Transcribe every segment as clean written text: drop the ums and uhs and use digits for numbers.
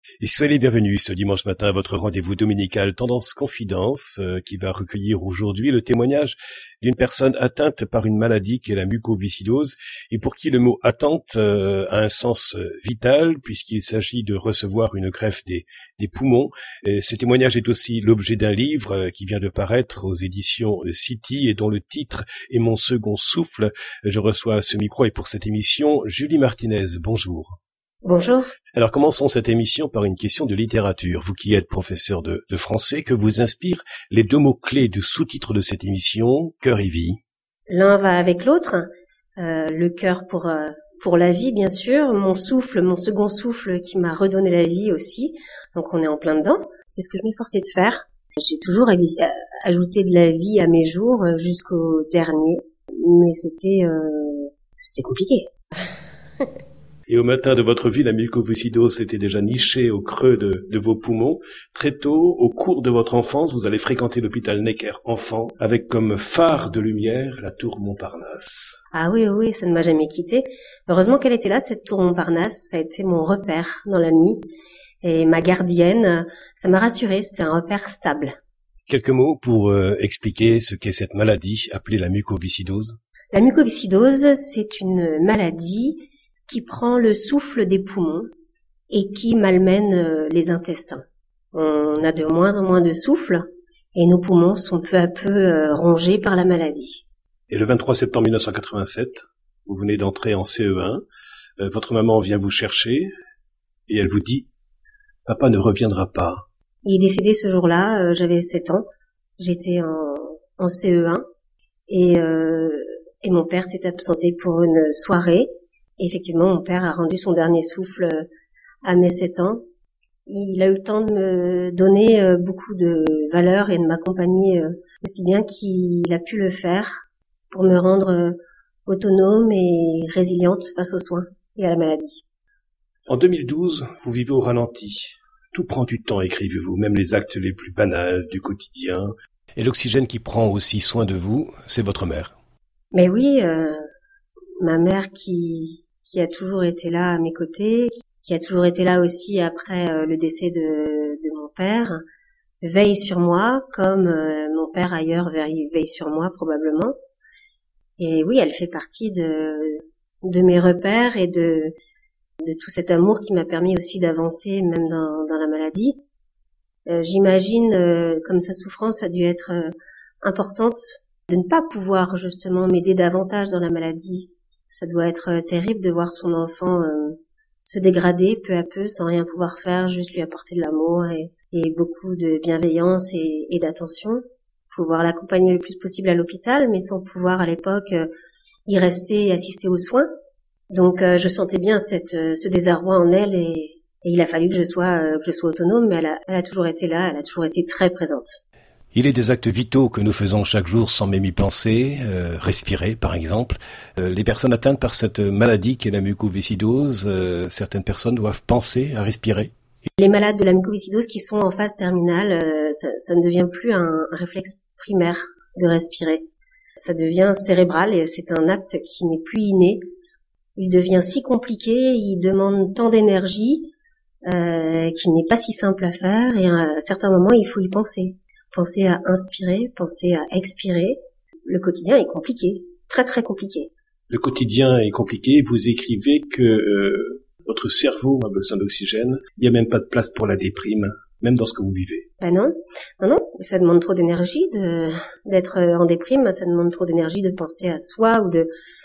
Et soyez les bienvenus ce dimanche matin à votre rendez-vous dominical Tendance Confidence qui va recueillir aujourd'hui le témoignage d'une personne atteinte par une maladie qui est la mucoviscidose et pour qui le mot attente a un sens vital puisqu'il s'agit de recevoir une greffe des poumons. Et ce témoignage est aussi l'objet d'un livre qui vient de paraître aux éditions City et dont le titre est Mon second souffle. Je reçois à ce micro et pour cette émission Julie Martinez. Bonjour. Bonjour. Alors commençons cette émission par une question de littérature. Vous qui êtes professeur de français, que vous inspirent les deux mots-clés du sous-titre de cette émission, cœur et vie? L'un va avec l'autre. Le cœur pour la vie, bien sûr. Mon souffle, mon second souffle qui m'a redonné la vie aussi. Donc on est en plein dedans. C'est ce que je m'efforçais de faire. J'ai toujours ajouté de la vie à mes jours jusqu'au dernier. Mais c'était compliqué. Et au matin de votre vie, la mucoviscidose était déjà nichée au creux de vos poumons. Très tôt, au cours de votre enfance, vous allez fréquenter l'hôpital Necker enfant, avec comme phare de lumière la tour Montparnasse. Ah oui, ça ne m'a jamais quittée. Heureusement qu'elle était là, cette tour Montparnasse. Ça a été mon repère dans la nuit. Et ma gardienne, ça m'a rassurée, c'était un repère stable. Quelques mots pour expliquer ce qu'est cette maladie appelée la mucoviscidose. La mucoviscidose, c'est une maladie qui prend le souffle des poumons et qui malmène les intestins. On a de moins en moins de souffle et nos poumons sont peu à peu rongés par la maladie. Et le 23 septembre 1987, vous venez d'entrer en CE1, votre maman vient vous chercher et elle vous dit « Papa ne reviendra pas ». Il est décédé ce jour-là, j'avais 7 ans, j'étais en CE1 et mon père s'est absenté pour une soirée. Effectivement, mon père a rendu son dernier souffle à mes 7 ans. Il a eu le temps de me donner beaucoup de valeurs et de m'accompagner aussi bien qu'il a pu le faire pour me rendre autonome et résiliente face aux soins et à la maladie. En 2012, vous vivez au ralenti. Tout prend du temps, écrivez-vous, même les actes les plus banals du quotidien. Et l'oxygène qui prend aussi soin de vous, c'est votre mère. Mais oui, ma mère qui a toujours été là à mes côtés, qui a toujours été là aussi après le décès de mon père, veille sur moi comme mon père ailleurs veille sur moi probablement. Et oui, elle fait partie de mes repères et de tout cet amour qui m'a permis aussi d'avancer même dans la maladie. J'imagine comme sa souffrance a dû être importante de ne pas pouvoir justement m'aider davantage dans la maladie. Ça doit être terrible de voir son enfant se dégrader peu à peu sans rien pouvoir faire, juste lui apporter de l'amour et beaucoup de bienveillance et d'attention. Pouvoir l'accompagner le plus possible à l'hôpital, mais sans pouvoir à l'époque y rester et assister aux soins. Donc je sentais bien ce désarroi en elle et il a fallu que je sois autonome, mais elle a toujours été là, elle a toujours été très présente. Il est des actes vitaux que nous faisons chaque jour sans même y penser, respirer par exemple. Les personnes atteintes par cette maladie qu'est la mucoviscidose, certaines personnes doivent penser à respirer. Les malades de la mucoviscidose qui sont en phase terminale, ça ne devient plus un réflexe primaire de respirer. Ça devient cérébral et c'est un acte qui n'est plus inné. Il devient si compliqué, il demande tant d'énergie qu'il n'est pas si simple à faire et à certains moments il faut y penser. Penser à inspirer, penser à expirer. Le quotidien est compliqué, très très compliqué. Le quotidien est compliqué, vous écrivez que votre cerveau a besoin d'oxygène, il n'y a même pas de place pour la déprime, même dans ce que vous vivez. Ben non, ça demande trop d'énergie d'être en déprime, ça demande trop d'énergie de penser à soi ou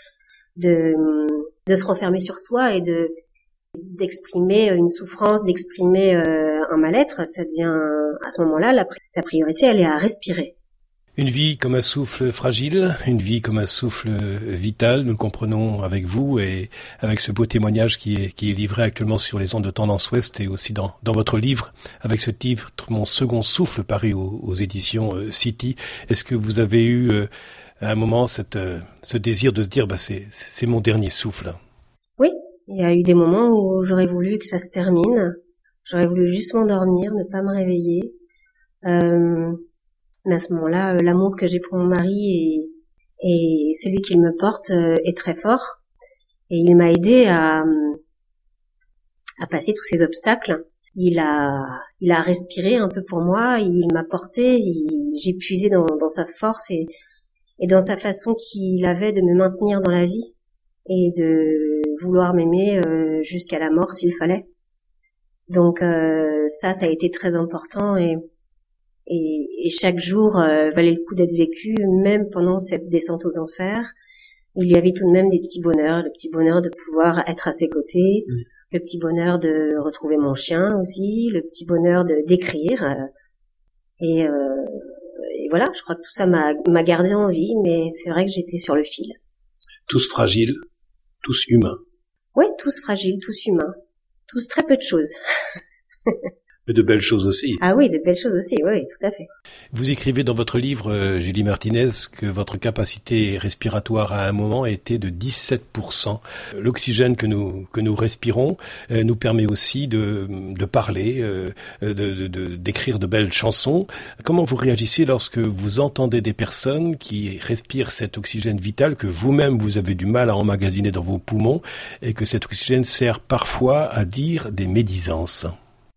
de se renfermer sur soi et d'exprimer une souffrance, d'exprimer un mal-être. Ça devient à ce moment-là la priorité, elle est à respirer. Une vie comme un souffle fragile, une vie comme un souffle vital, nous le comprenons avec vous et avec ce beau témoignage qui est livré actuellement sur les ondes de Tendance Ouest et aussi dans votre livre, avec ce titre Mon second souffle paru aux éditions City. Est-ce que vous avez eu à un moment ce désir de se dire c'est mon dernier souffle? Oui, il y a eu des moments où j'aurais voulu que ça se termine. J'aurais voulu juste m'endormir, ne pas me réveiller. Mais à ce moment-là, l'amour que j'ai pour mon mari et celui qu'il me porte est très fort. Et il m'a aidé à passer tous ces obstacles. il a respiré un peu pour moi, il m'a porté, j'ai puisé dans sa force et dans sa façon qu'il avait de me maintenir dans la vie et de vouloir m'aimer jusqu'à la mort s'il fallait. Donc ça a été très important et chaque jour valait le coup d'être vécu, même pendant cette descente aux enfers. Il y avait tout de même des petits bonheurs, le petit bonheur de pouvoir être à ses côtés, le petit bonheur de retrouver mon chien aussi, le petit bonheur d'écrire. Et voilà, je crois que tout ça m'a gardé en vie, mais c'est vrai que j'étais sur le fil. Tous fragiles, tous humains. Oui, tous fragiles, tous humains, tous très peu de choses. Mais de belles choses aussi. Ah oui, de belles choses aussi, oui, tout à fait. Vous écrivez dans votre livre, Julie Martinez, que votre capacité respiratoire à un moment était de 17%. L'oxygène que nous respirons nous permet aussi de parler, d'écrire de belles chansons. Comment vous réagissez lorsque vous entendez des personnes qui respirent cet oxygène vital que vous-même vous avez du mal à emmagasiner dans vos poumons et que cet oxygène sert parfois à dire des médisances?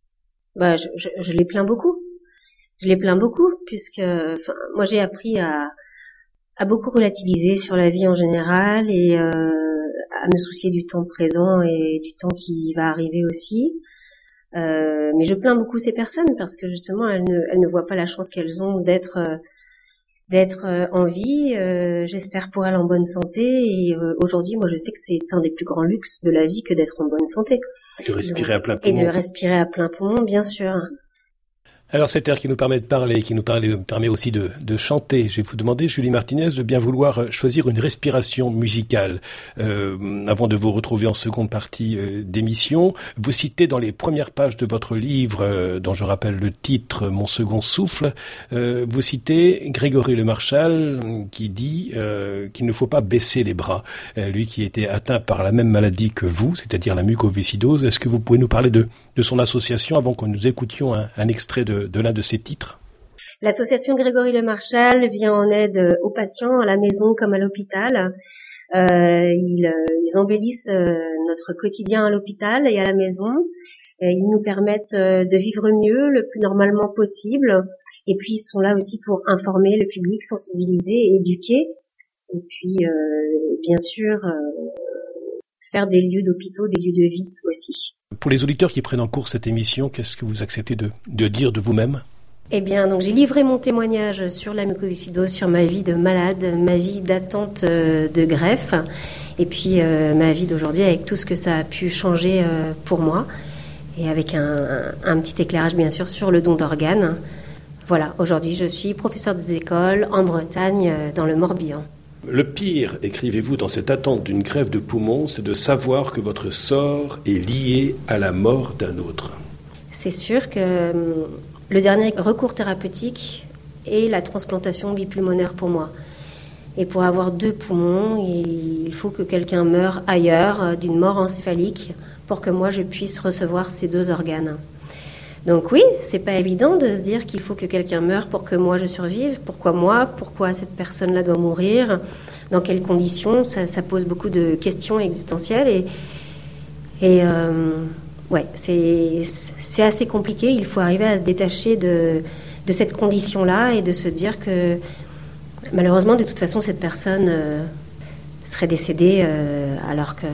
Je les plains beaucoup. Je les plains beaucoup puisque, moi j'ai appris à beaucoup relativiser sur la vie en général et à me soucier du temps présent et du temps qui va arriver aussi. Mais je plains beaucoup ces personnes parce que justement elles ne voient pas la chance qu'elles ont d'être en vie. J'espère pour elles en bonne santé et aujourd'hui moi je sais que c'est un des plus grands luxes de la vie que d'être en bonne santé. De respirer à plein poumon. Et de respirer à plein poumon, bien sûr. Alors cet air qui nous permet de parler, qui nous permet aussi de chanter, je vais vous demander, Julie Martinez, de bien vouloir choisir une respiration musicale. Avant de vous retrouver en seconde partie d'émission, vous citez dans les premières pages de votre livre, dont je rappelle le titre, Mon second souffle, vous citez Grégory Le Marchal qui dit qu'il ne faut pas baisser les bras. Lui qui était atteint par la même maladie que vous, c'est-à-dire la mucoviscidose. Est-ce que vous pouvez nous parler de son association avant que nous écoutions un extrait de l'un de ses titres? L'association Grégory Le Marchal vient en aide aux patients à la maison comme à l'hôpital. Ils embellissent notre quotidien à l'hôpital et à la maison. Ils nous permettent de vivre mieux, le plus normalement possible. Et puis ils sont là aussi pour informer le public, sensibiliser et éduquer. Et puis bien sûr faire des lieux d'hôpitaux, des lieux de vie aussi. Pour les auditeurs qui prennent en cours cette émission, qu'est-ce que vous acceptez de dire de vous-même? Eh bien, donc j'ai livré mon témoignage sur la mucoviscidose, sur ma vie de malade, ma vie d'attente de greffe, et puis ma vie d'aujourd'hui avec tout ce que ça a pu changer pour moi, et avec un petit éclairage bien sûr sur le don d'organes. Voilà, aujourd'hui je suis professeure des écoles en Bretagne, dans le Morbihan. Le pire, écrivez-vous, dans cette attente d'une greffe de poumon, c'est de savoir que votre sort est lié à la mort d'un autre. C'est sûr que le dernier recours thérapeutique est la transplantation bipulmonaire pour moi. Et pour avoir 2 poumons, il faut que quelqu'un meure ailleurs, d'une mort encéphalique, pour que moi je puisse recevoir ces 2 organes. Donc oui, c'est pas évident de se dire qu'il faut que quelqu'un meure pour que moi je survive. Pourquoi moi? Pourquoi cette personne-là doit mourir? Dans quelles conditions? Ça pose beaucoup de questions existentielles et ouais, c'est assez compliqué. Il faut arriver à se détacher de cette condition-là et de se dire que malheureusement, de toute façon, cette personne serait décédée alors que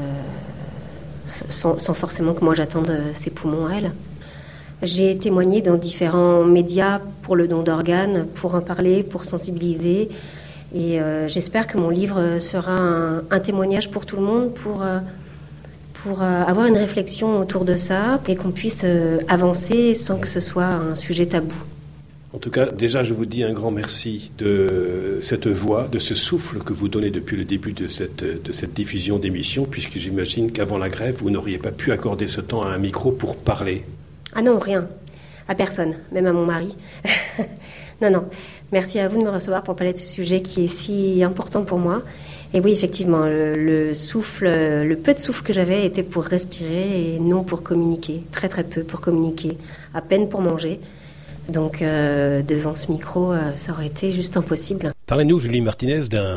sans forcément que moi j'attende ses poumons à elle. J'ai témoigné dans différents médias pour le don d'organes, pour en parler, pour sensibiliser. Et j'espère que mon livre sera un témoignage pour tout le monde, pour avoir une réflexion autour de ça et qu'on puisse avancer sans que ce soit un sujet tabou. En tout cas, déjà, je vous dis un grand merci de cette voix, de ce souffle que vous donnez depuis le début de cette diffusion d'émission, puisque j'imagine qu'avant la grève, vous n'auriez pas pu accorder ce temps à un micro pour parler. Ah non, rien. À personne, même à mon mari. Non. Merci à vous de me recevoir pour parler de ce sujet qui est si important pour moi. Et oui, effectivement, le peu de souffle que j'avais était pour respirer et non pour communiquer. Très très peu pour communiquer, à peine pour manger. Donc devant ce micro, ça aurait été juste impossible. Parlez-nous, Julie Martinez,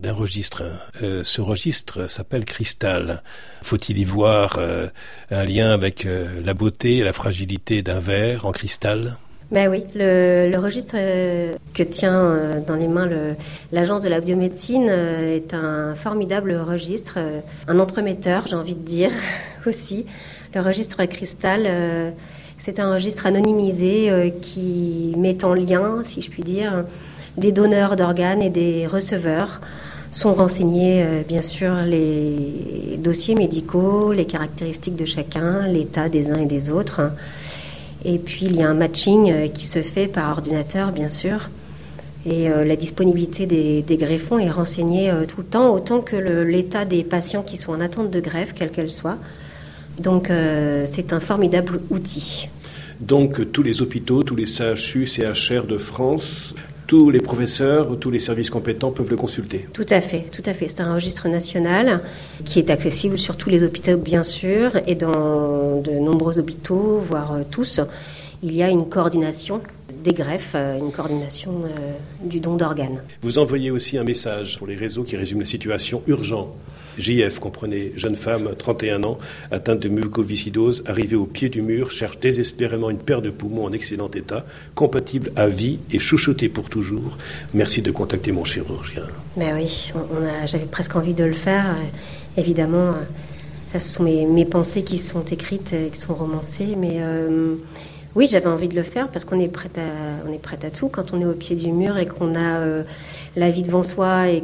d'un registre. Ce registre s'appelle Cristal. Faut-il y voir un lien avec la beauté et la fragilité d'un verre en cristal ? Ben oui, le registre que tient dans les mains l'Agence de la biomédecine est un formidable registre, un entremetteur, j'ai envie de dire aussi. Le registre Cristal, c'est un registre anonymisé qui met en lien, si je puis dire, des donneurs d'organes et des receveurs. Sont renseignés, bien sûr, les dossiers médicaux, les caractéristiques de chacun, l'état des uns et des autres. Et puis, il y a un matching qui se fait par ordinateur, bien sûr. Et la disponibilité des greffons est renseignée tout le temps, autant que l'état des patients qui sont en attente de greffe, quelle qu'elle soit. Donc, c'est un formidable outil. Donc, tous les hôpitaux, tous les CHU, CHR de France, tous les professeurs, tous les services compétents peuvent le consulter. Tout à fait, tout à fait. C'est un registre national qui est accessible sur tous les hôpitaux, bien sûr, et dans de nombreux hôpitaux, voire tous, il y a une coordination des greffes, une coordination du don d'organes. Vous envoyez aussi un message sur les réseaux qui résume la situation urgente. JF, comprenez, jeune femme, 31 ans, atteinte de mucoviscidose, arrivée au pied du mur, cherche désespérément une paire de poumons en excellent état, compatible à vie et chouchoutée pour toujours. Merci de contacter mon chirurgien. Ben oui, j'avais presque envie de le faire. Évidemment, ce sont mes pensées qui sont écrites, qui sont romancées, mais oui, j'avais envie de le faire parce qu'on est prête à tout. Quand on est au pied du mur et qu'on a la vie devant soi et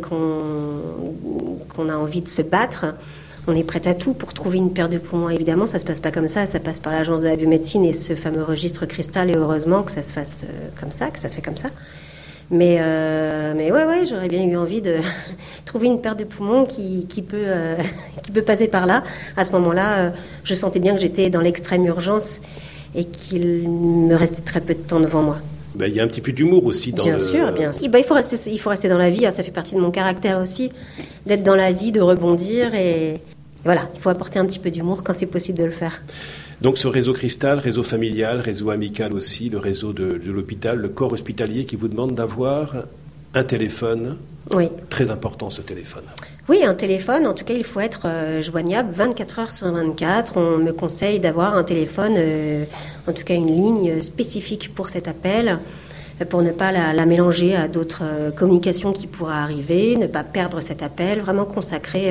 qu'on a envie de se battre, on est prête à tout pour trouver une paire de poumons. Évidemment, ça se passe pas comme ça passe par l'Agence de la biomédecine et ce fameux registre Cristal, et heureusement que ça se fasse comme ça, que ça se fait comme ça. Mais ouais, j'aurais bien eu envie de trouver une paire de poumons qui peut passer par là. À ce moment-là, je sentais bien que j'étais dans l'extrême urgence et qu'il me restait très peu de temps devant moi. Il y a un petit peu d'humour aussi dans bien sûr. Il faut rester dans la vie, ça fait partie de mon caractère aussi, d'être dans la vie, de rebondir, et voilà, il faut apporter un petit peu d'humour quand c'est possible de le faire. Donc ce réseau Cristal, réseau familial, réseau amical aussi, le réseau de l'hôpital, le corps hospitalier qui vous demande d'avoir un téléphone. Oui. Très important ce téléphone. Oui, un téléphone, en tout cas il faut être joignable 24 heures sur 24. On me conseille d'avoir un téléphone, en tout cas une ligne spécifique pour cet appel, pour ne pas la mélanger à d'autres communications qui pourraient arriver, ne pas perdre cet appel, vraiment consacrer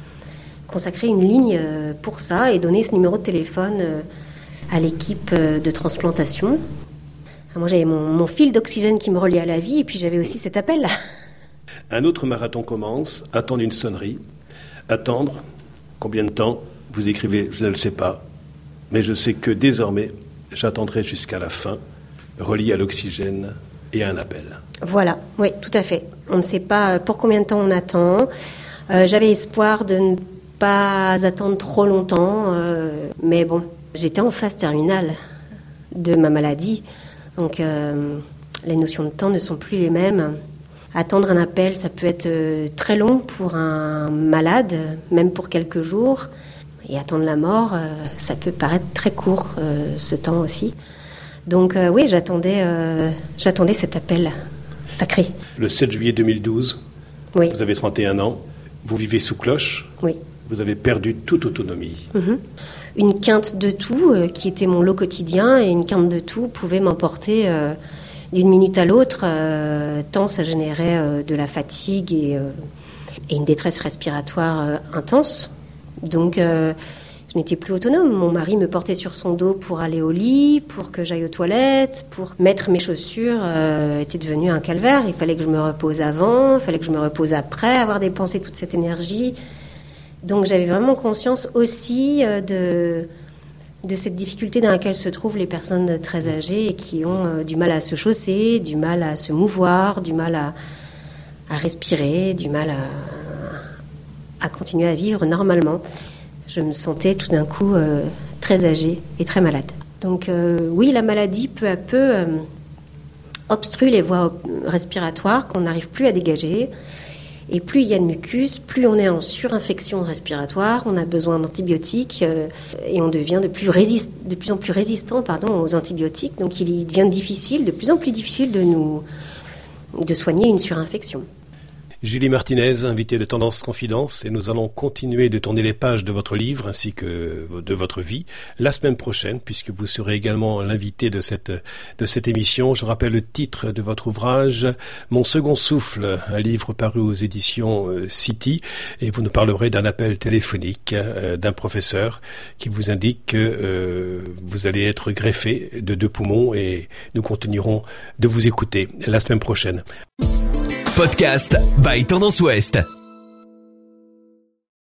une ligne pour ça et donner ce numéro de téléphone à l'équipe de transplantation. Moi j'avais mon fil d'oxygène qui me reliait à la vie et puis j'avais aussi cet appel. Un autre marathon commence, attendre une sonnerie. Attendre, combien de temps ? Vous écrivez, je ne le sais pas, mais je sais que désormais, j'attendrai jusqu'à la fin, relié à l'oxygène et à un appel. Voilà, oui, tout à fait. On ne sait pas pour combien de temps on attend. J'avais espoir de ne pas attendre trop longtemps, mais bon, j'étais en phase terminale de ma maladie, donc les notions de temps ne sont plus les mêmes. Attendre un appel, ça peut être très long pour un malade, même pour quelques jours. Et attendre la mort, ça peut paraître très court, ce temps aussi. Donc oui, j'attendais cet appel sacré. Le 7 juillet 2012, oui. Vous avez 31 ans, vous vivez sous cloche, oui. Vous avez perdu toute autonomie. Mm-hmm. Une quinte de tout, qui était mon lot quotidien, et une quinte de tout pouvait m'emporter d'une minute à l'autre, tant ça générait de la fatigue et une détresse respiratoire intense. Donc, je n'étais plus autonome. Mon mari me portait sur son dos pour aller au lit, pour que j'aille aux toilettes, pour mettre mes chaussures, était devenu un calvaire. Il fallait que je me repose avant, il fallait que je me repose après, avoir dépensé toute cette énergie. Donc, j'avais vraiment conscience aussi de cette difficulté dans laquelle se trouvent les personnes très âgées et qui ont du mal à se chausser, du mal à se mouvoir, du mal à respirer, du mal à continuer à vivre normalement. Je me sentais tout d'un coup très âgée et très malade. Donc oui, la maladie peu à peu obstrue les voies respiratoires qu'on n'arrive plus à dégager. Et plus il y a de mucus, plus on est en surinfection respiratoire, on a besoin d'antibiotiques et on devient de plus en plus résistant aux antibiotiques. Donc il devient de plus en plus difficile de soigner une surinfection. Julie Martinez, invitée de Tendance Confidence, et nous allons continuer de tourner les pages de votre livre ainsi que de votre vie la semaine prochaine, puisque vous serez également l'invité de cette émission. Je rappelle le titre de votre ouvrage, Mon second souffle, un livre paru aux éditions City, et vous nous parlerez d'un appel téléphonique d'un professeur qui vous indique que vous allez être greffé de 2 poumons, et nous continuerons de vous écouter la semaine prochaine. Podcast by Tendance Ouest.